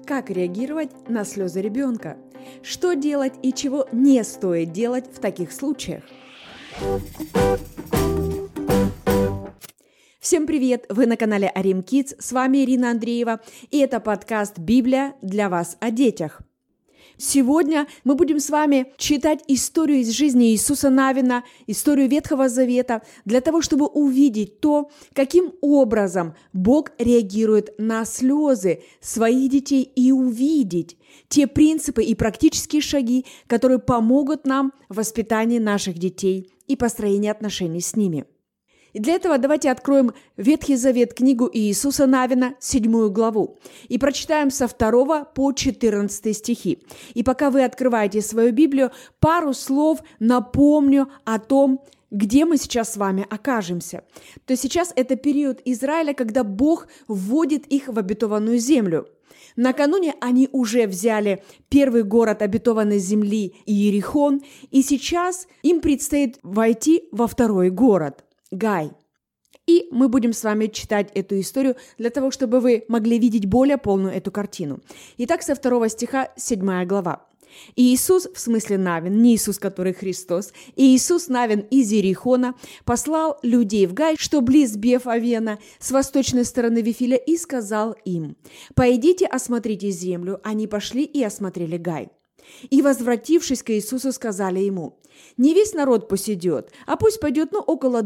Как реагировать на слезы ребенка? Что делать и чего не стоит делать в таких случаях? Всем привет! Вы на канале Арим Kids, с вами Ирина Андреева, и это подкаст «Библия для вас о детях». Сегодня мы будем с вами читать историю из жизни Иисуса Навина, историю Ветхого Завета, для того, чтобы увидеть то, каким образом Бог реагирует на слезы своих детей и увидеть те принципы и практические шаги, которые помогут нам в воспитании наших детей и построении отношений с ними. И для этого давайте откроем Ветхий Завет, книгу Иисуса Навина, 7 главу, и прочитаем со 2 по 14 стихи. И пока вы открываете свою Библию, пару слов напомню о том, где мы сейчас с вами окажемся. То есть сейчас это период Израиля, когда Бог вводит их в обетованную землю. Накануне они уже взяли первый город обетованной земли Иерихон, и сейчас им предстоит войти во второй город – Гай. И мы будем с вами читать эту историю для того, чтобы вы могли видеть более полную эту картину. Итак, со 2 стиха 7 глава. Иисус, в смысле Навин, не Иисус, который Христос, Иисус Навин из Иерихона послал людей в Гай, что близ Беф-Авена, с восточной стороны Вифиля, и сказал им: «Пойдите, осмотрите землю». Они пошли и осмотрели Гай. И, возвратившись к Иисусу, сказали ему: «Не весь народ посидет, а пусть пойдет около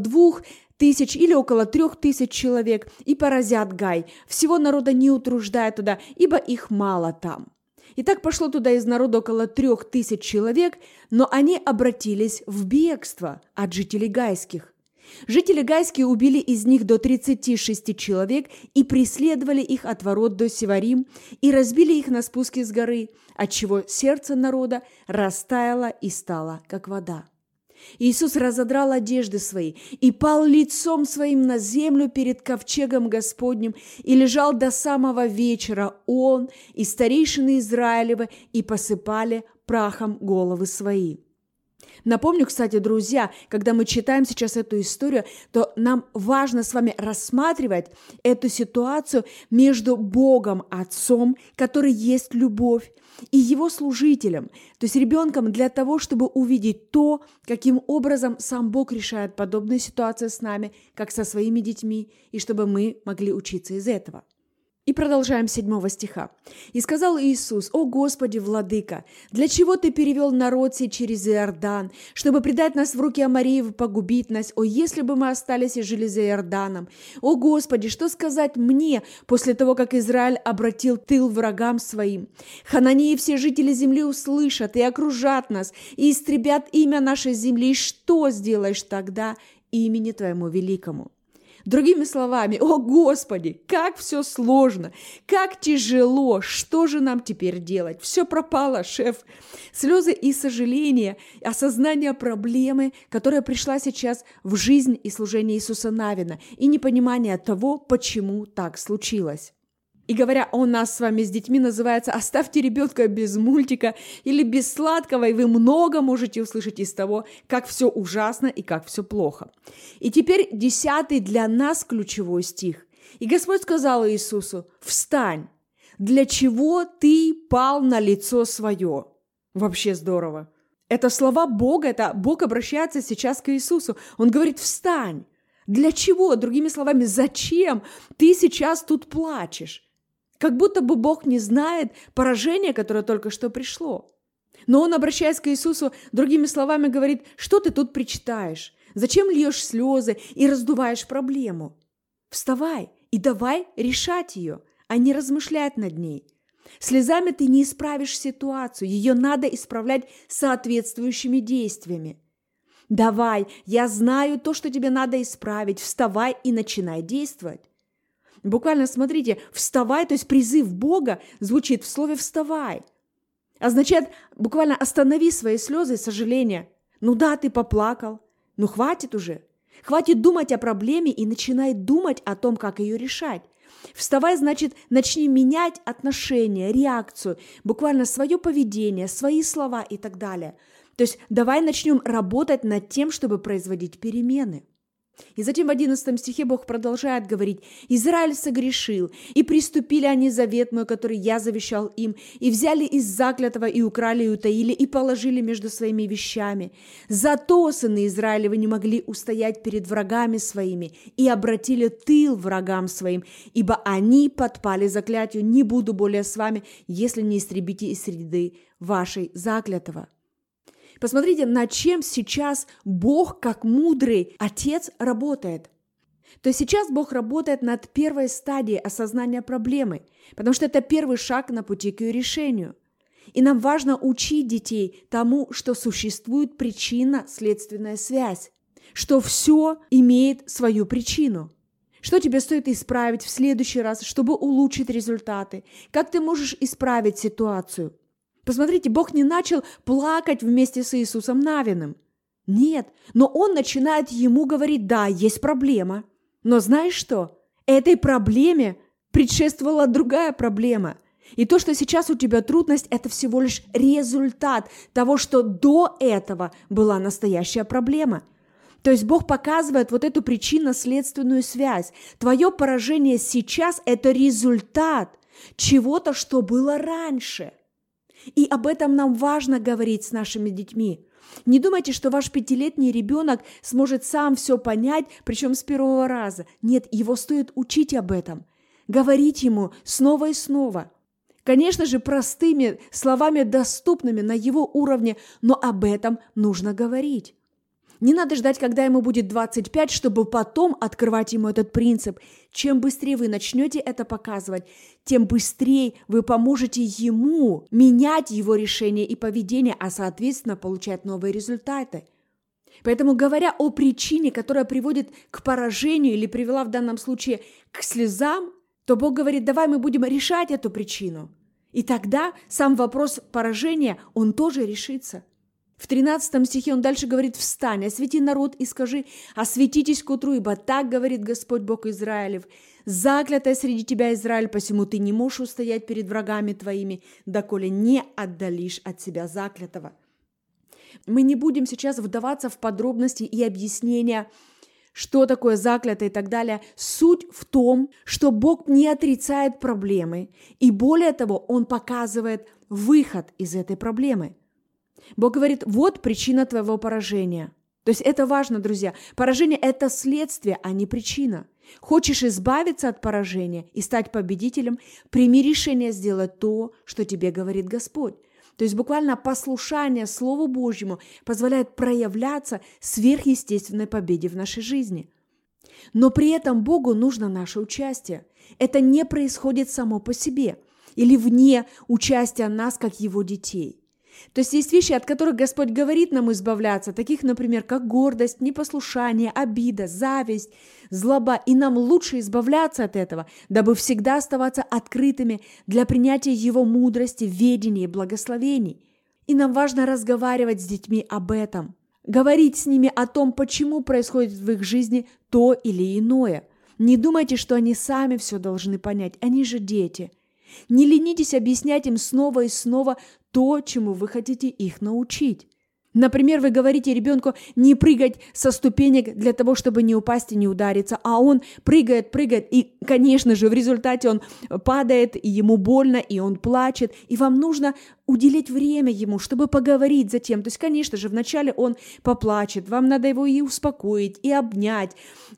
2000 или около 3000 человек, и поразят Гай. Всего народа не утруждая туда, ибо их мало там». И так пошло туда из народа около 3000 человек, но они обратились в бегство от жителей гайских. Жители гайские убили из них до 36 человек и преследовали их от ворот до Севарим и разбили их на спуске с горы, отчего сердце народа растаяло и стало, как вода. Иисус разодрал одежды свои и пал лицом своим на землю перед ковчегом Господним и лежал до самого вечера он и старейшины Израилевы, и посыпали прахом головы свои. Напомню, кстати, друзья, когда мы читаем сейчас эту историю, то нам важно с вами рассматривать эту ситуацию между Богом Отцом, который есть любовь, и Его служителем, то есть ребенком, для того, чтобы увидеть то, каким образом сам Бог решает подобные ситуации с нами, как со своими детьми, и чтобы мы могли учиться из этого. И продолжаем 7 стиха. «И сказал Иисус: „О Господи, Владыка, для чего Ты перевел народ сей через Иордан, чтобы предать нас в руки Амореев и погубить нас? О, если бы мы остались и жили за Иорданом! О Господи, что сказать мне после того, как Израиль обратил тыл врагам своим? Хананеи все жители земли услышат и окружат нас, и истребят имя нашей земли. И что сделаешь тогда имени Твоему великому?». Другими словами, о Господи, как все сложно, как тяжело, что же нам теперь делать? Все пропало, шеф. Слезы и сожаления, осознание проблемы, которая пришла сейчас в жизнь и служение Иисуса Навина, и непонимание того, почему так случилось. И говоря о нас с вами с детьми, называется «Оставьте ребенка без мультика» или без сладкого, и вы много можете услышать из того, как все ужасно и как все плохо. И теперь 10 для нас ключевой стих. «И Господь сказал Иисусу: „Встань! Для чего ты пал на лицо свое?“» Вообще здорово. Это слова Бога, это Бог обращается сейчас к Иисусу. Он говорит: «Встань!» Для чего? Другими словами, зачем ты сейчас тут плачешь? Как будто бы Бог не знает поражения, которое только что пришло. Но Он, обращаясь к Иисусу, другими словами говорит: «Что ты тут причитаешь? Зачем льешь слезы и раздуваешь проблему? Вставай и давай решать ее, а не размышлять над ней. Слезами ты не исправишь ситуацию, ее надо исправлять соответствующими действиями. Давай, я знаю то, что тебе надо исправить, вставай и начинай действовать». Буквально, смотрите, «вставай», то есть призыв Бога звучит в слове «вставай». Означает буквально «останови свои слезы и сожаления». Ну да, ты поплакал, ну хватит уже. Хватит думать о проблеме и начинай думать о том, как ее решать. Вставай, значит, начни менять отношения, реакцию, буквально свое поведение, свои слова и так далее. То есть давай начнем работать над тем, чтобы производить перемены. И затем в 11 стихе Бог продолжает говорить: «Израиль согрешил, и приступили они завет мой, который я завещал им, и взяли из заклятого, и украли, и утаили, и положили между своими вещами. Зато, сыны Израилевы, не могли устоять перед врагами своими, и обратили тыл врагам своим, ибо они подпали заклятию: не буду более с вами, если не истребите из среды вашей заклятого». Посмотрите, над чем сейчас Бог, как мудрый отец, работает. То есть сейчас Бог работает над первой стадией осознания проблемы, потому что это первый шаг на пути к ее решению. И нам важно учить детей тому, что существует причинно-следственная связь, что все имеет свою причину. Что тебе стоит исправить в следующий раз, чтобы улучшить результаты? Как ты можешь исправить ситуацию? Посмотрите, Бог не начал плакать вместе с Иисусом Навиным. Нет, но Он начинает ему говорить: да, есть проблема. Но знаешь что? Этой проблеме предшествовала другая проблема. И то, что сейчас у тебя трудность, это всего лишь результат того, что до этого была настоящая проблема. То есть Бог показывает вот эту причинно-следственную связь. Твое поражение сейчас – это результат чего-то, что было раньше. И об этом нам важно говорить с нашими детьми. Не думайте, что ваш 5-летний ребенок сможет сам все понять, причем с первого раза. Нет, его стоит учить об этом, говорить ему снова и снова. Конечно же, простыми словами, доступными на его уровне, но об этом нужно говорить. Не надо ждать, когда ему будет 25, чтобы потом открывать ему этот принцип. Чем быстрее вы начнете это показывать, тем быстрее вы поможете ему менять его решение и поведение, а соответственно получать новые результаты. Поэтому, говоря о причине, которая приводит к поражению или привела в данном случае к слезам, то Бог говорит: давай мы будем решать эту причину. И тогда сам вопрос поражения, он тоже решится. В 13 стихе он дальше говорит: «Встань, освети народ и скажи: осветитесь к утру, ибо так говорит Господь Бог Израилев. Заклятая среди тебя Израиль, посему ты не можешь устоять перед врагами твоими, доколе не отдалишь от себя заклятого». Мы не будем сейчас вдаваться в подробности и объяснения, что такое заклятое и так далее. Суть в том, что Бог не отрицает проблемы, и более того, Он показывает выход из этой проблемы. Бог говорит: вот причина твоего поражения. То есть это важно, друзья. Поражение – это следствие, а не причина. Хочешь избавиться от поражения и стать победителем, прими решение сделать то, что тебе говорит Господь. То есть буквально послушание Слову Божьему позволяет проявляться сверхъестественной победе в нашей жизни. Но при этом Богу нужно наше участие. Это не происходит само по себе или вне участия нас, как Его детей. То есть вещи, от которых Господь говорит нам избавляться, таких, например, как гордость, непослушание, обида, зависть, злоба. И нам лучше избавляться от этого, дабы всегда оставаться открытыми для принятия Его мудрости, ведения и благословений. И нам важно разговаривать с детьми об этом, говорить с ними о том, почему происходит в их жизни то или иное. Не думайте, что они сами все должны понять, они же дети. Не ленитесь объяснять им снова и снова то, чему вы хотите их научить. Например, вы говорите ребенку не прыгать со ступенек для того, чтобы не упасть и не удариться, а он прыгает, и, конечно же, в результате он падает, и ему больно, и он плачет, и вам нужно уделить время ему, чтобы поговорить затем. То есть, конечно же, вначале он поплачет, вам надо его и успокоить, и обнять,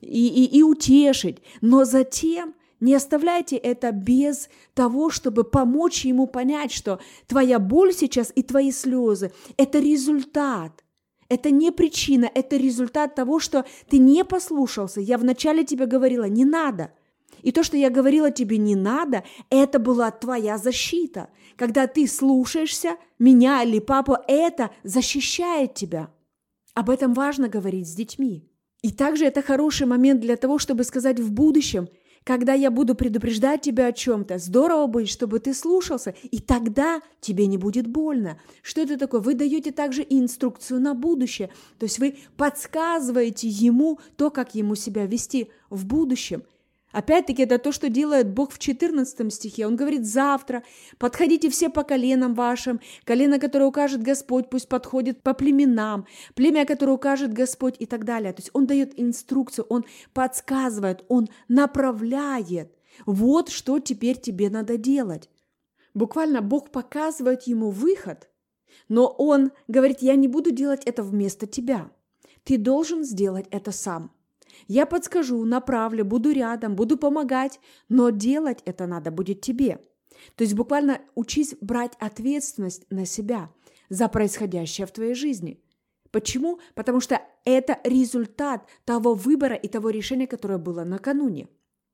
и утешить, но затем не оставляйте это без того, чтобы помочь ему понять, что твоя боль сейчас и твои слезы – это результат. Это не причина, это результат того, что ты не послушался. Я вначале тебе говорила: не надо. И то, что я говорила тебе не надо, это была твоя защита. Когда ты слушаешься меня или папу, это защищает тебя. Об этом важно говорить с детьми. И также это хороший момент для того, чтобы сказать в будущем: когда я буду предупреждать тебя о чем-то, здорово будет, чтобы ты слушался, и тогда тебе не будет больно. Что это такое? Вы даете также и инструкцию на будущее. То есть вы подсказываете ему то, как ему себя вести в будущем. Опять-таки, это то, что делает Бог в 14 стихе. Он говорит: завтра подходите все по коленам вашим. Колено, которое укажет Господь, пусть подходит по племенам. Племя, которое укажет Господь, и так далее. То есть Он дает инструкцию, Он подсказывает, Он направляет. Вот что теперь тебе надо делать. Буквально Бог показывает ему выход, но Он говорит: я не буду делать это вместо тебя. Ты должен сделать это сам. Я подскажу, направлю, буду рядом, буду помогать, но делать это надо будет тебе. То есть буквально учись брать ответственность на себя за происходящее в твоей жизни. Почему? Потому что это результат того выбора и того решения, которое было накануне.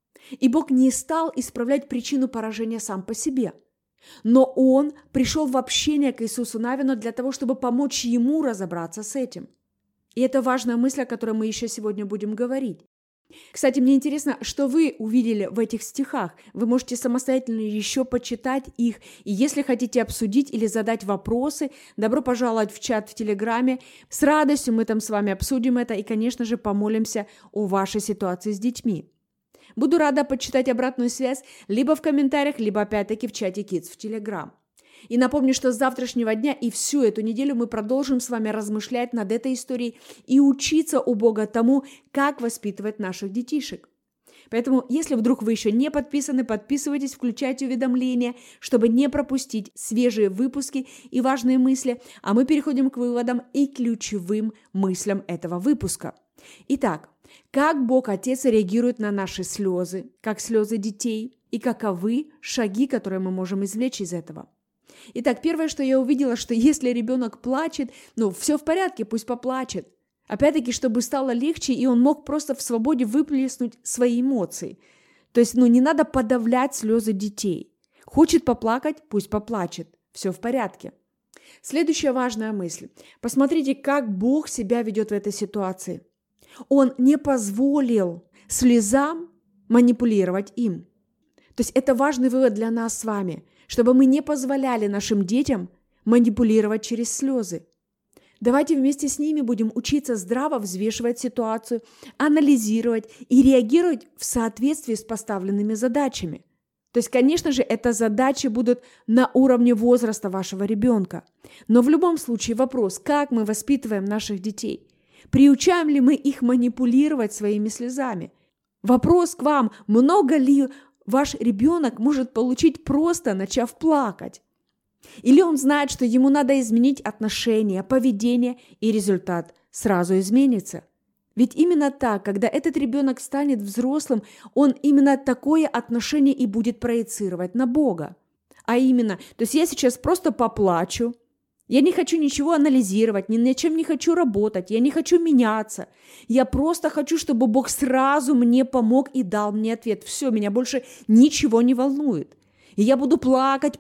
И Бог не стал исправлять причину поражения сам по себе. Но Он пришел в общение к Иисусу Навину для того, чтобы помочь ему разобраться с этим. И это важная мысль, о которой мы еще сегодня будем говорить. Кстати, мне интересно, что вы увидели в этих стихах. Вы можете самостоятельно еще почитать их. И если хотите обсудить или задать вопросы, добро пожаловать в чат в Телеграме. С радостью мы там с вами обсудим это и, конечно же, помолимся о вашей ситуации с детьми. Буду рада почитать обратную связь либо в комментариях, либо опять-таки в чате Kids в Телеграм. И напомню, что с завтрашнего дня и всю эту неделю мы продолжим с вами размышлять над этой историей и учиться у Бога тому, как воспитывать наших детишек. Поэтому, если вдруг вы еще не подписаны, подписывайтесь, включайте уведомления, чтобы не пропустить свежие выпуски и важные мысли, а мы переходим к выводам и ключевым мыслям этого выпуска. Итак, как Бог Отец реагирует на наши слезы, как слезы детей, и каковы шаги, которые мы можем извлечь из этого. Итак, первое, что я увидела, что если ребенок плачет, все в порядке, пусть поплачет. Опять-таки, чтобы стало легче, и он мог просто в свободе выплеснуть свои эмоции. То есть, не надо подавлять слезы детей. Хочет поплакать, пусть поплачет. Все в порядке. Следующая важная мысль. Посмотрите, как Бог себя ведет в этой ситуации. Он не позволил слезам манипулировать им. То есть, это важный вывод для нас с вами, чтобы мы не позволяли нашим детям манипулировать через слезы. Давайте вместе с ними будем учиться здраво взвешивать ситуацию, анализировать и реагировать в соответствии с поставленными задачами. То есть, конечно же, это задачи будут на уровне возраста вашего ребенка. Но в любом случае вопрос, как мы воспитываем наших детей? Приучаем ли мы их манипулировать своими слезами? Вопрос к вам, много ли ваш ребенок может получить, просто начав плакать? Или он знает, что ему надо изменить отношения, поведение, и результат сразу изменится? Ведь именно так, когда этот ребенок станет взрослым, он именно такое отношение и будет проецировать на Бога. А именно, то есть я сейчас просто поплачу, я не хочу ничего анализировать, ни над чем не хочу работать, я не хочу меняться. Я просто хочу, чтобы Бог сразу мне помог и дал мне ответ. Все, меня больше ничего не волнует. И я буду плакать,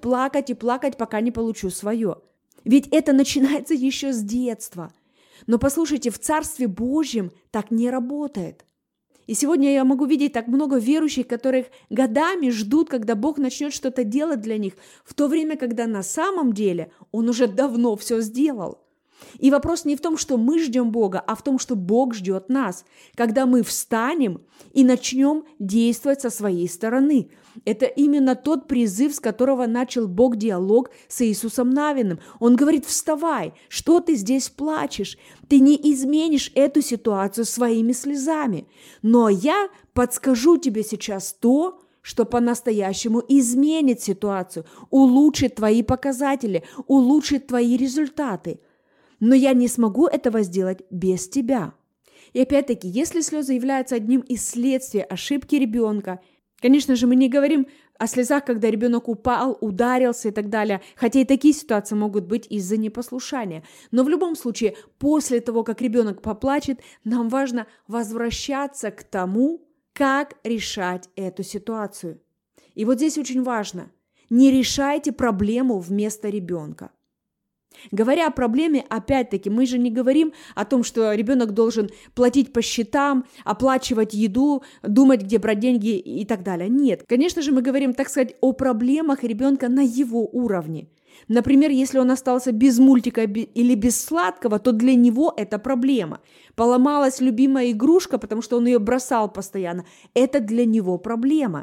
пока не получу свое. Ведь это начинается еще с детства. Но послушайте, в Царстве Божьем так не работает. И сегодня я могу видеть так много верующих, которых годами ждут, когда Бог начнет что-то делать для них, в то время, когда на самом деле Он уже давно все сделал. И вопрос не в том, что мы ждем Бога, а в том, что Бог ждет нас, когда мы встанем и начнем действовать со своей стороны. Это именно тот призыв, с которого начал Бог диалог с Иисусом Навиным. Он говорит: вставай, что ты здесь плачешь? Ты не изменишь эту ситуацию своими слезами. Но я подскажу тебе сейчас то, что по-настоящему изменит ситуацию, улучшит твои показатели, улучшит твои результаты. Но я не смогу этого сделать без тебя. И опять-таки, если слезы являются одним из следствий ошибки ребенка, конечно же, мы не говорим о слезах, когда ребенок упал, ударился и так далее, хотя и такие ситуации могут быть из-за непослушания. Но в любом случае, после того, как ребенок поплачет, нам важно возвращаться к тому, как решать эту ситуацию. И вот здесь очень важно: не решайте проблему вместо ребенка. Говоря о проблеме, опять-таки, мы же не говорим о том, что ребенок должен платить по счетам, оплачивать еду, думать, где брать деньги и так далее. Нет, конечно же, мы говорим, так сказать, о проблемах ребенка на его уровне. Например, если он остался без мультика или без сладкого, то для него это проблема. Поломалась любимая игрушка, потому что он ее бросал постоянно. Это для него проблема.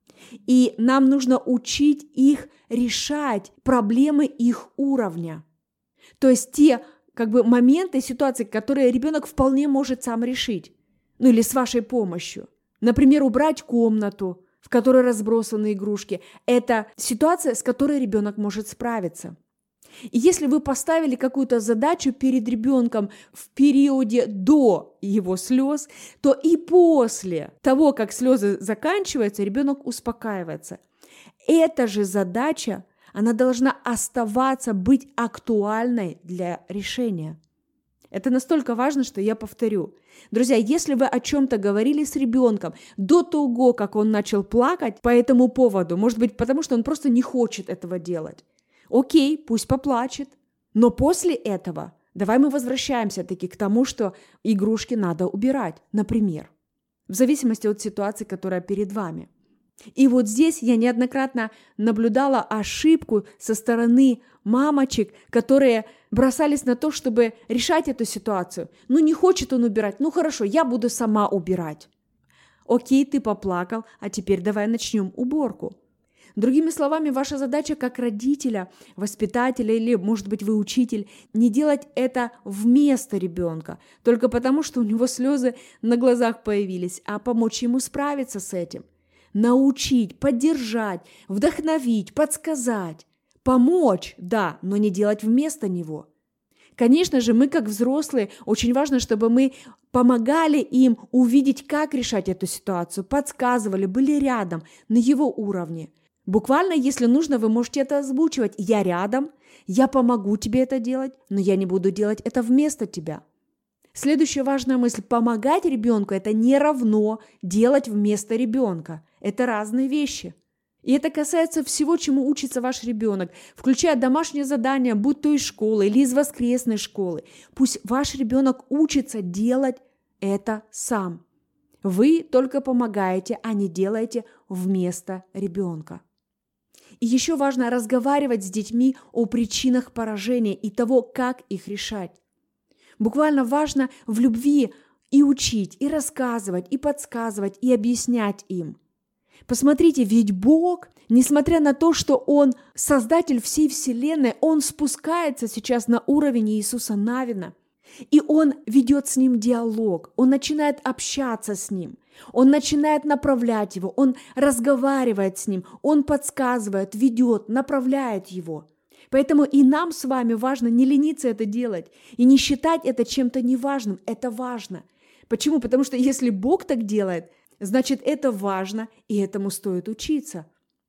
И нам нужно учить их решать проблемы их уровня. То есть те моменты, ситуации, которые ребенок вполне может сам решить. Или с вашей помощью. Например, убрать комнату, в которой разбросаны игрушки. Это ситуация, с которой ребенок может справиться. И если вы поставили какую-то задачу перед ребенком в периоде до его слез, то и после того, как слезы заканчиваются, ребенок успокаивается. Эта же задача, она должна оставаться, быть актуальной для решения. Это настолько важно, что я повторю. Друзья, если вы о чем-то говорили с ребенком до того, как он начал плакать по этому поводу, может быть, потому что он просто не хочет этого делать, окей, пусть поплачет. Но после этого давай мы возвращаемся таки к тому, что игрушки надо убирать, например, в зависимости от ситуации, которая перед вами. И вот здесь я неоднократно наблюдала ошибку со стороны мамочек, которые бросались на то, чтобы решать эту ситуацию. Не хочет он убирать, хорошо, я буду сама убирать. Окей, ты поплакал, а теперь давай начнем уборку. Другими словами, ваша задача как родителя, воспитателя или, может быть, вы учитель, не делать это вместо ребенка, только потому, что у него слезы на глазах появились, а помочь ему справиться с этим. Научить, поддержать, вдохновить, подсказать, помочь, да, но не делать вместо него. Конечно же, мы как взрослые, очень важно, чтобы мы помогали им увидеть, как решать эту ситуацию, подсказывали, были рядом, на его уровне. Буквально, если нужно, вы можете это озвучивать. Я рядом, я помогу тебе это делать, но я не буду делать это вместо тебя. Следующая важная мысль. Помогать ребенку – это не равно делать вместо ребенка. Это разные вещи. И это касается всего, чему учится ваш ребенок, включая домашние задания, будь то из школы или из воскресной школы. Пусть ваш ребенок учится делать это сам. Вы только помогаете, а не делаете вместо ребенка. И еще важно разговаривать с детьми о причинах поражения и того, как их решать. Буквально важно в любви и учить, и рассказывать, и подсказывать, и объяснять им. Посмотрите, ведь Бог, несмотря на то, что Он создатель всей вселенной, Он спускается сейчас на уровень Иисуса Навина, и Он ведет с ним диалог, Он начинает общаться с ним, Он начинает направлять его, Он разговаривает с ним, Он подсказывает, ведет, направляет его. Поэтому и нам с вами важно не лениться это делать и не считать это чем-то неважным. Это важно. Почему? Потому что если Бог так делает, значит, это важно, и этому стоит учиться.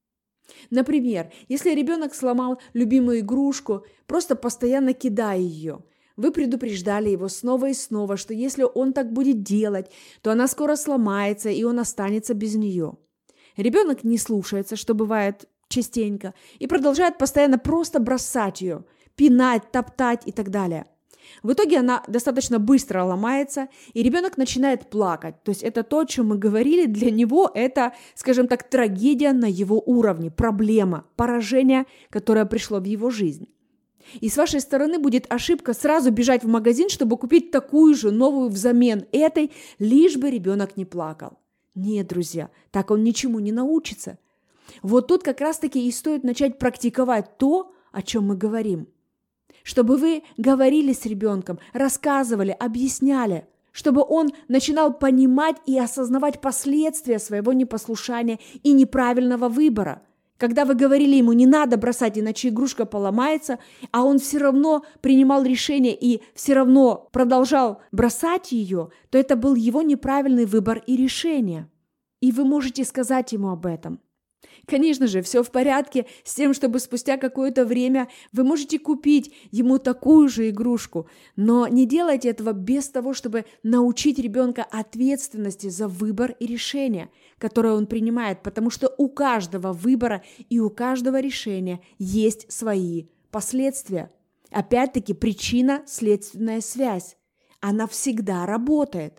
Например, если ребенок сломал любимую игрушку, просто постоянно кидая ее. Вы предупреждали его снова и снова, что если он так будет делать, то она скоро сломается, и он останется без нее. Ребенок не слушается, что бывает частенько, и продолжает постоянно просто бросать ее, пинать, топтать и так далее. В итоге она достаточно быстро ломается, и ребенок начинает плакать. То есть это то, о чем мы говорили, для него это, скажем так, трагедия на его уровне, проблема, поражение, которое пришло в его жизнь. И с вашей стороны будет ошибка сразу бежать в магазин, чтобы купить такую же новую взамен этой, лишь бы ребенок не плакал. Нет, друзья, так он ничему не научится. Вот тут как раз-таки и стоит начать практиковать то, о чем мы говорим. Чтобы вы говорили с ребенком, рассказывали, объясняли, чтобы он начинал понимать и осознавать последствия своего непослушания и неправильного выбора. Когда вы говорили ему, не надо бросать, иначе игрушка поломается, а он все равно принимал решение и все равно продолжал бросать ее, то это был его неправильный выбор и решение. И вы можете сказать ему об этом. Конечно же, все в порядке с тем, чтобы спустя какое-то время вы можете купить ему такую же игрушку, но не делайте этого без того, чтобы научить ребенка ответственности за выбор и решение, которое он принимает, потому что у каждого выбора и у каждого решения есть свои последствия. Опять-таки, причинно-следственная связь. Она всегда работает.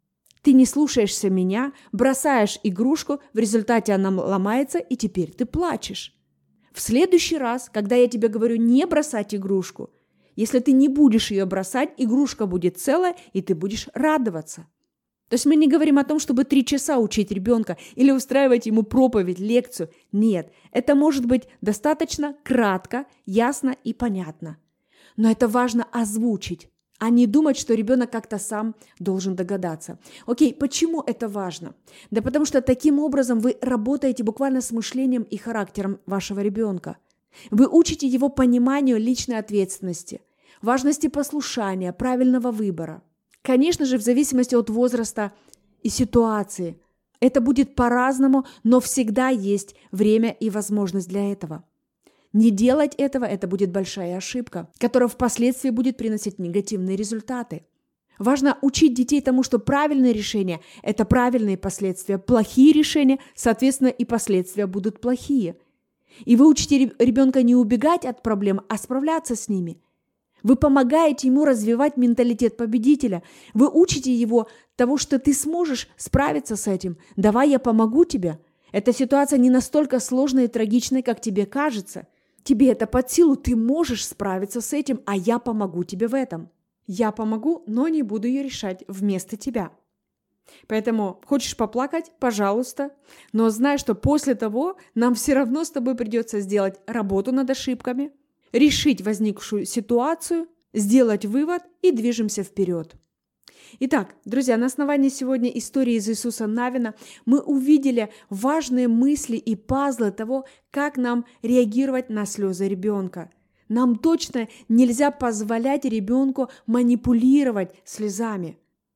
Ты не слушаешься меня, бросаешь игрушку, в результате она ломается, и теперь ты плачешь. В следующий раз, когда я тебе говорю не бросать игрушку, если ты не будешь ее бросать, игрушка будет целая, и ты будешь радоваться. То есть мы не говорим о том, чтобы 3 часа учить ребенка или устраивать ему проповедь, лекцию. Нет, это может быть достаточно кратко, ясно и понятно. Но это важно озвучить, а не думать, что ребенок как-то сам должен догадаться. Окей, почему это важно? Да потому что таким образом вы работаете буквально с мышлением и характером вашего ребенка. Вы учите его пониманию личной ответственности, важности послушания, правильного выбора. Конечно же, в зависимости от возраста и ситуации. Это будет по-разному, но всегда есть время и возможность для этого. Не делать этого – это будет большая ошибка, которая впоследствии будет приносить негативные результаты. Важно учить детей тому, что правильные решения – это правильные последствия, плохие решения, соответственно, и последствия будут плохие. И вы учите ребенка не убегать от проблем, а справляться с ними. Вы помогаете ему развивать менталитет победителя. Вы учите его того, что ты сможешь справиться с этим. Давай я помогу тебе. Эта ситуация не настолько сложная и трагичная, как тебе кажется. Тебе это под силу, ты можешь справиться с этим, а я помогу тебе в этом. Я помогу, но не буду ее решать вместо тебя. Поэтому хочешь поплакать? Пожалуйста. Но знай, что после того нам все равно с тобой придется сделать работу над ошибками, решить возникшую ситуацию, сделать вывод и движемся вперед. Итак, друзья, на основании сегодня истории из Иисуса Навина мы увидели важные мысли и пазлы того, как нам реагировать на слезы ребенка. Нам точно нельзя позволять ребенку манипулировать слезами.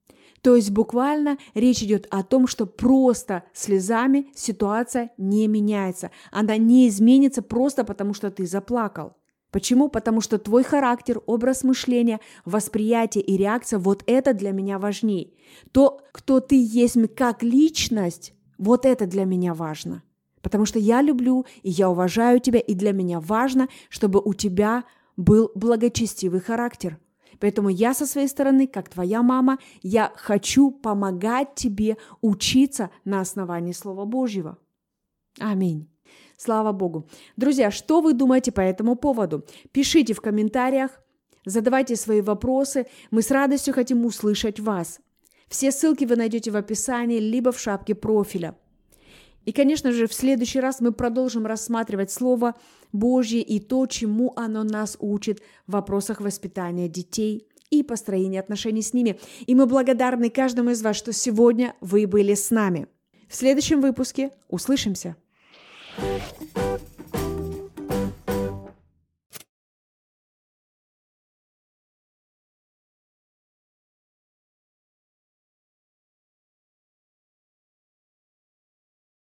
То есть буквально речь идет о том, что просто слезами ситуация не меняется. Она не изменится просто потому, что ты заплакал. Почему? Потому что твой характер, образ мышления, восприятие и реакция – вот это для меня важнее. То, кто ты есть как личность, вот это для меня важно. Потому что я люблю и я уважаю тебя, и для меня важно, чтобы у тебя был благочестивый характер. Поэтому я со своей стороны, как твоя мама, я хочу помогать тебе учиться на основании Слова Божьего. Аминь. Слава Богу. Друзья, что вы думаете по этому поводу? Пишите в комментариях, задавайте свои вопросы. Мы с радостью хотим услышать вас. Все ссылки вы найдете в описании, либо в шапке профиля. И, конечно же, в следующий раз мы продолжим рассматривать Слово Божье и то, чему оно нас учит в вопросах воспитания детей и построения отношений с ними. И мы благодарны каждому из вас, что сегодня вы были с нами. В следующем выпуске услышимся.